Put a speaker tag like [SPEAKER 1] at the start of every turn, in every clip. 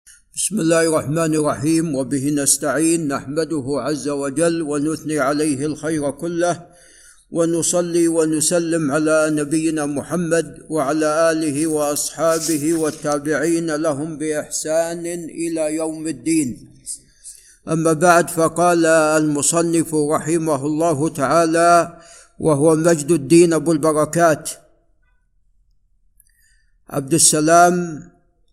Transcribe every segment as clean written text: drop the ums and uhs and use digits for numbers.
[SPEAKER 1] بسم الله الرحمن الرحيم، وبه نستعين، نحمده عز وجل ونثني عليه الخير كله، ونصلي ونسلم على نبينا محمد وعلى آله وأصحابه والتابعين لهم بإحسان إلى يوم الدين. أما بعد، فقال المصنف رحمه الله تعالى وهو مجد الدين أبو البركات عبد السلام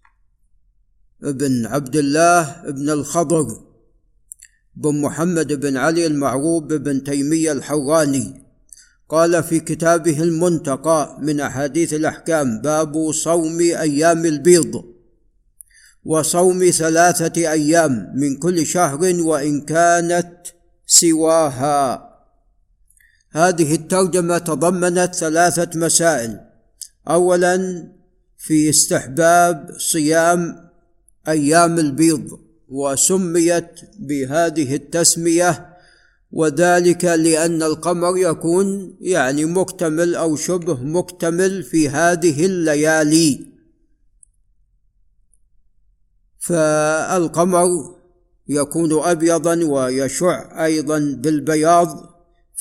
[SPEAKER 1] ابن عبد الله ابن الخضر بن محمد بن علي المعروف بن تيمية الحراني، قال في كتابه المنتقى من أحاديث الأحكام: باب صوم أيام البيض وصوم 3 أيام من كل شهر وإن كانت سواها. هذه الترجمة تضمنت 3 مسائل. أولا، في استحباب صيام أيام البيض، وسميت بهذه التسمية وذلك لأن القمر يكون مكتمل أو شبه مكتمل في هذه الليالي، فالقمر يكون أبيضا ويشع أيضا بالبياض،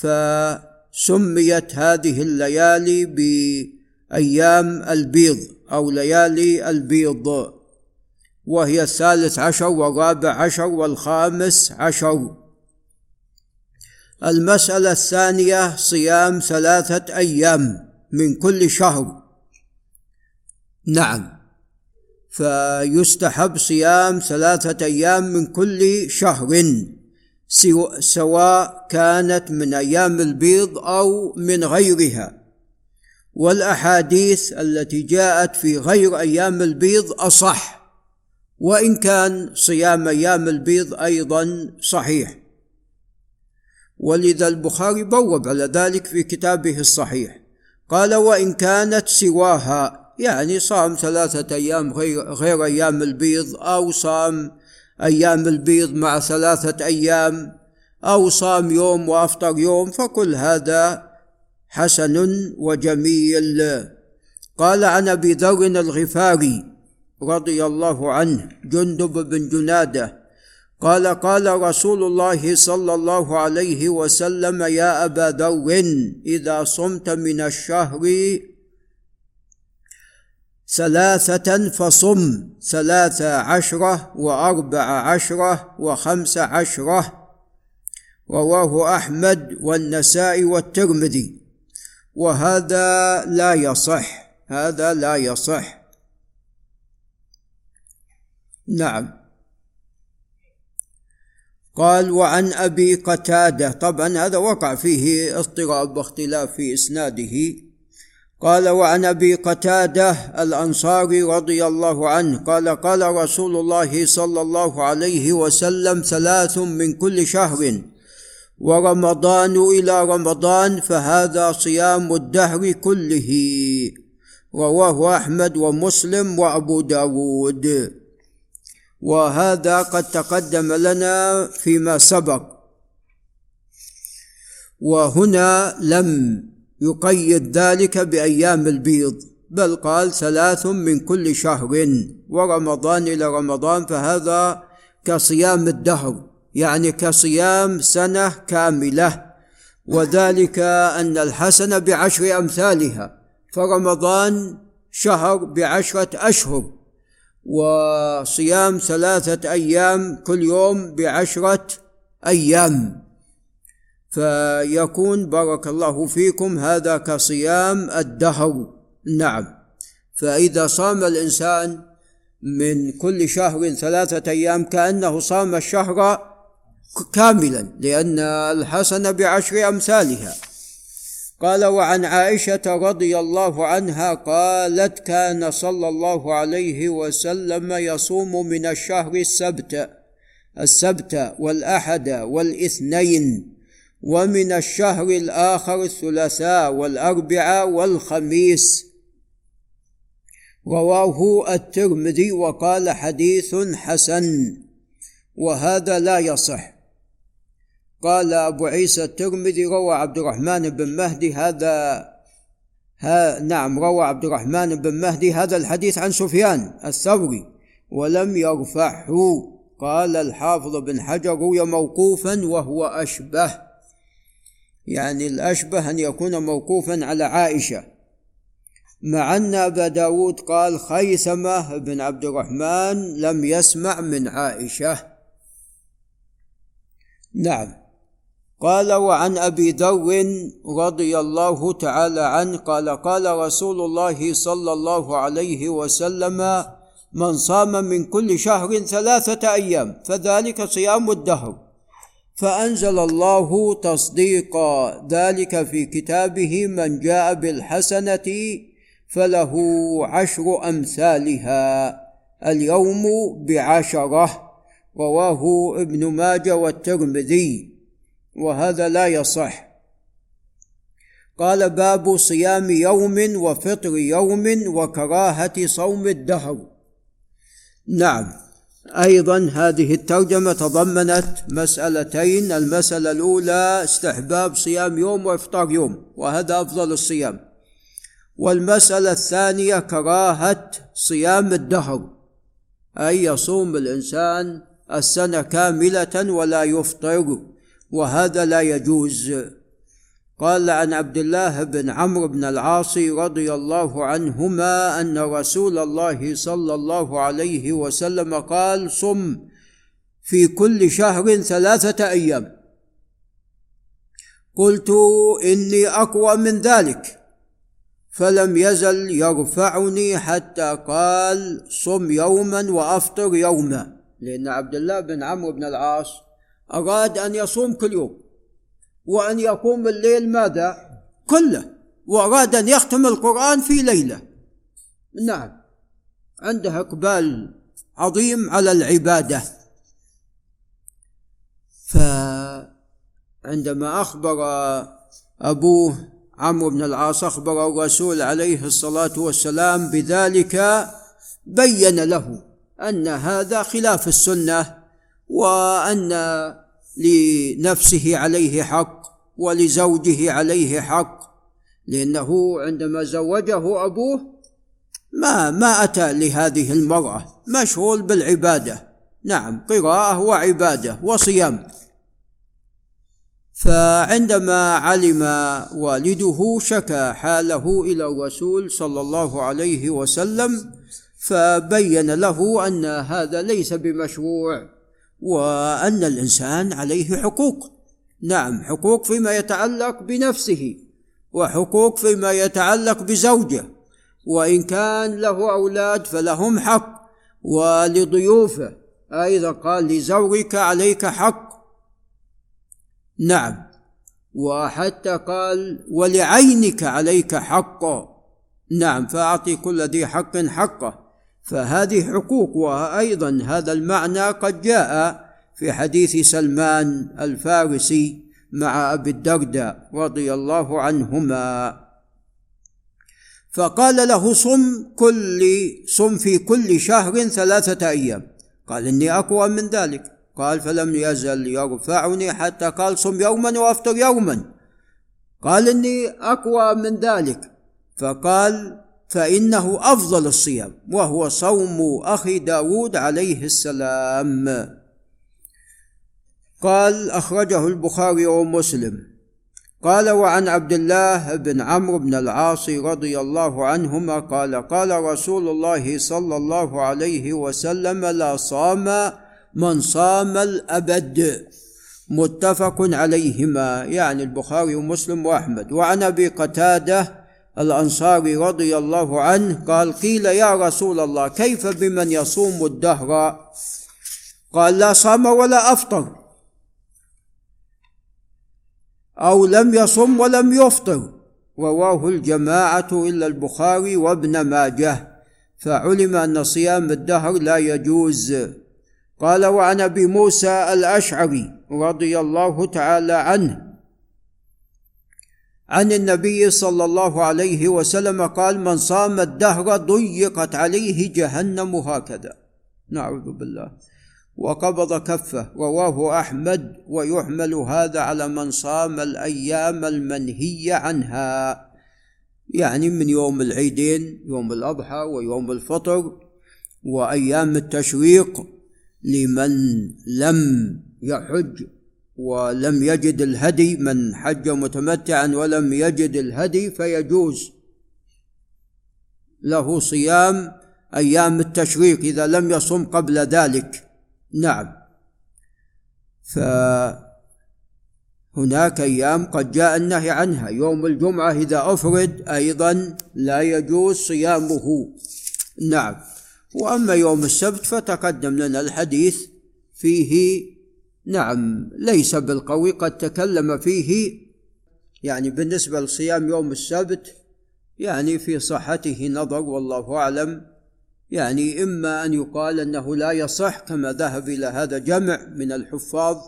[SPEAKER 1] فسميت هذه الليالي بأيام البيض أو ليالي البيض، وهي 13 و14 و15. المسألة الثانية: صيام 3 أيام من كل شهر. نعم، فيستحب صيام 3 أيام من كل شهر، سواء كانت من أيام البيض أو من غيرها، والأحاديث التي جاءت في غير أيام البيض أصح، وإن كان صيام أيام البيض أيضا صحيح، ولذا البخاري بوب على ذلك في كتابه الصحيح، قال: وإن كانت سواها، يعني صام 3 أيام غير أيام البيض، أو صام أيام البيض مع 3 أيام، أو صام يوم وأفطر يوم، فكل هذا حسن وجميل. قال عن أبي ذر الغفاري رضي الله عنه جندب بن جنادة قال: قال رسول الله صلى الله عليه وسلم: يا أبا ذر، إذا صمت من الشهر 3 فصم 13 و14 و15. رواه أحمد والنسائي والترمذي، وهذا لا يصح، هذا لا يصح. نعم. قال: وعن أبي قتادة، طبعا هذا وقع فيه اضطراب واختلاف في إسناده. قال: وعن أبي قتادة الأنصاري رضي الله عنه قال: قال رسول الله صلى الله عليه وسلم: 3 من كل شهر ورمضان إلى رمضان، فهذا صيام الدهر كله. رواه أحمد ومسلم وأبو داود، وهذا قد تقدم لنا فيما سبق. وهنا لم يقيد ذلك بأيام البيض، بل قال 3 من كل شهر ورمضان إلى رمضان، فهذا كصيام الدهر، يعني كصيام سنة كاملة، وذلك أن الحسنة ب10 أمثالها، فرمضان شهر ب10 أشهر، وصيام 3 أيام كل يوم ب10 أيام، فيكون بارك الله فيكم هذا كصيام الدهر. نعم، فإذا صام الإنسان من كل شهر 3 أيام كأنه صام الشهر كاملا، لأن الحسنة ب10 أمثالها. قال: وعن عائشة رضي الله عنها قالت: كان صلى الله عليه وسلم يصوم من الشهر السبت والأحد والاثنين، ومن الشهر الآخر الثلاثاء والأربعاء والخميس. رواه الترمذي وقال: حديث حسن، وهذا لا يصح. قال أبو عيسى الترمذي: روى عبد الرحمن بن مهدي روى عبد الرحمن بن مهدي هذا الحديث عن سفيان الثوري، ولم يرفعه. قال الحافظ بن حجر: روي موقوفا وهو أشبه، يعني الأشبه أن يكون موقوفا على عائشة، مع أن أبا داود قال خيثمة بن عبد الرحمن لم يسمع من عائشة. نعم. قال: وعن أبي ذر رضي الله تعالى عنه قال: قال رسول الله صلى الله عليه وسلم: من صام من كل شهر 3 أيام فذلك صيام الدهر. فأنزل الله تصديق ذلك في كتابه: من جاء بالحسنة فله 10 أمثالها، اليوم ب10. رواه ابن ماجه والترمذي، وهذا لا يصح. قال: باب صيام يوم وفطر يوم وكراهة صوم الدهر. نعم. أيضا هذه الترجمة تضمنت مسألتين: المسألة الأولى استحباب صيام يوم وإفطار يوم، وهذا أفضل الصيام. والمسألة الثانية كراهة صيام الدهر، أي يصوم الإنسان السنة كاملة ولا يفطر، وهذا لا يجوز. قال عن عبد الله بن عمرو بن العاص رضي الله عنهما أن رسول الله صلى الله عليه وسلم قال: صم في كل شهر 3 أيام. قلت: إني أقوى من ذلك، فلم يزل يرفعني حتى قال: صم يوما وأفطر يوما، لأن عبد الله بن عمرو بن العاص أراد أن يصوم كل يوم، وأن يقوم الليل ماذا؟ كله، وأراد أن يختم القرآن في ليلة. نعم، عنده إقبال عظيم على العبادة. فعندما أخبر أبوه عمرو بن العاص، أخبر الرسول عليه الصلاة والسلام بذلك، بين له أن هذا خلاف السنة، وأن لنفسه عليه حق ولزوجه عليه حق، لأنه عندما زوجه أبوه ما أتى لهذه المرأة، مشغول بالعبادة. نعم، قراءة وعبادة وصيام. فعندما علم والده شكى حاله إلى الرسول صلى الله عليه وسلم، فبين له أن هذا ليس بمشروع، وأن الإنسان عليه حقوق. نعم، حقوق فيما يتعلق بنفسه، وحقوق فيما يتعلق بزوجه، وإن كان له أولاد فلهم حق، ولضيوفه أيضا قال: لزوجك عليك حق. نعم، وحتى قال: ولعينك عليك حق. نعم، فأعطي كل ذي حق حقه. فهذه حقوق. وأيضا هذا المعنى قد جاء في حديث سلمان الفارسي مع أبي الدرداء رضي الله عنهما، فقال له: صم في كل شهر 3 أيام. قال: إني أقوى من ذلك. قال: فلم يزل يرفعني حتى قال: صم يوما وأفطر يوما. قال: إني أقوى من ذلك. فقال: فإنه أفضل الصيام، وهو صوم أخي داود عليه السلام. قال: أخرجه البخاري ومسلم. قال: وعن عبد الله بن عمرو بن العاص رضي الله عنهما قال: قال رسول الله صلى الله عليه وسلم: لا صام من صام الأبد. متفق عليهما، يعني البخاري ومسلم وأحمد. وعن أبي قتادة الأنصاري رضي الله عنه قال: قيل يا رسول الله كيف بمن يصوم الدهر؟ قال: لا صام ولا أفطر، أو لم يصم ولم يفطر. رواه الجماعة إلا البخاري وابن ماجه. فعلم أن صيام الدهر لا يجوز. قال: وعن أبي موسى الأشعري رضي الله تعالى عنه عن النبي صلى الله عليه وسلم قال: من صام الدهر ضيقت عليه جهنم هكذا. نعوذ بالله. وقبض كفه. رواه أحمد. ويحمل هذا على من صام الأيام المنهي عنها، يعني من يوم العيدين، يوم الأضحى ويوم الفطر. وأيام التشريق لمن لم يحج ولم يجد الهدي، من حج متمتعا ولم يجد الهدي فيجوز له صيام أيام التشريق إذا لم يصم قبل ذلك. نعم. فهناك أيام قد جاء النهي عنها، يوم الجمعة إذا أفرد أيضا لا يجوز صيامه. نعم. وأما يوم السبت فتقدم لنا الحديث فيه، نعم، ليس بالقوي، قد تكلم فيه يعني بالنسبة لصيام يوم السبت يعني في صحته نظر والله أعلم، يعني إما أن يقال أنه لا يصح كما ذهب إلى هذا جمع من الحفاظ،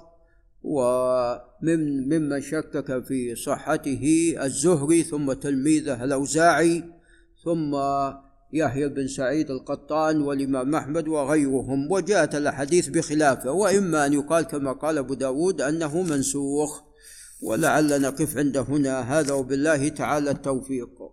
[SPEAKER 1] وممن شكك في صحته الزهري ثم تلميذه الأوزاعي ثم يحيى بن سعيد القطان والإمام أحمد وغيرهم، وجاءت الأحاديث بخلافه. وإما أن يقال كما قال أبو داود أنه منسوخ. ولعل نقف عند هنا، هذا وبالله تعالى التوفيق.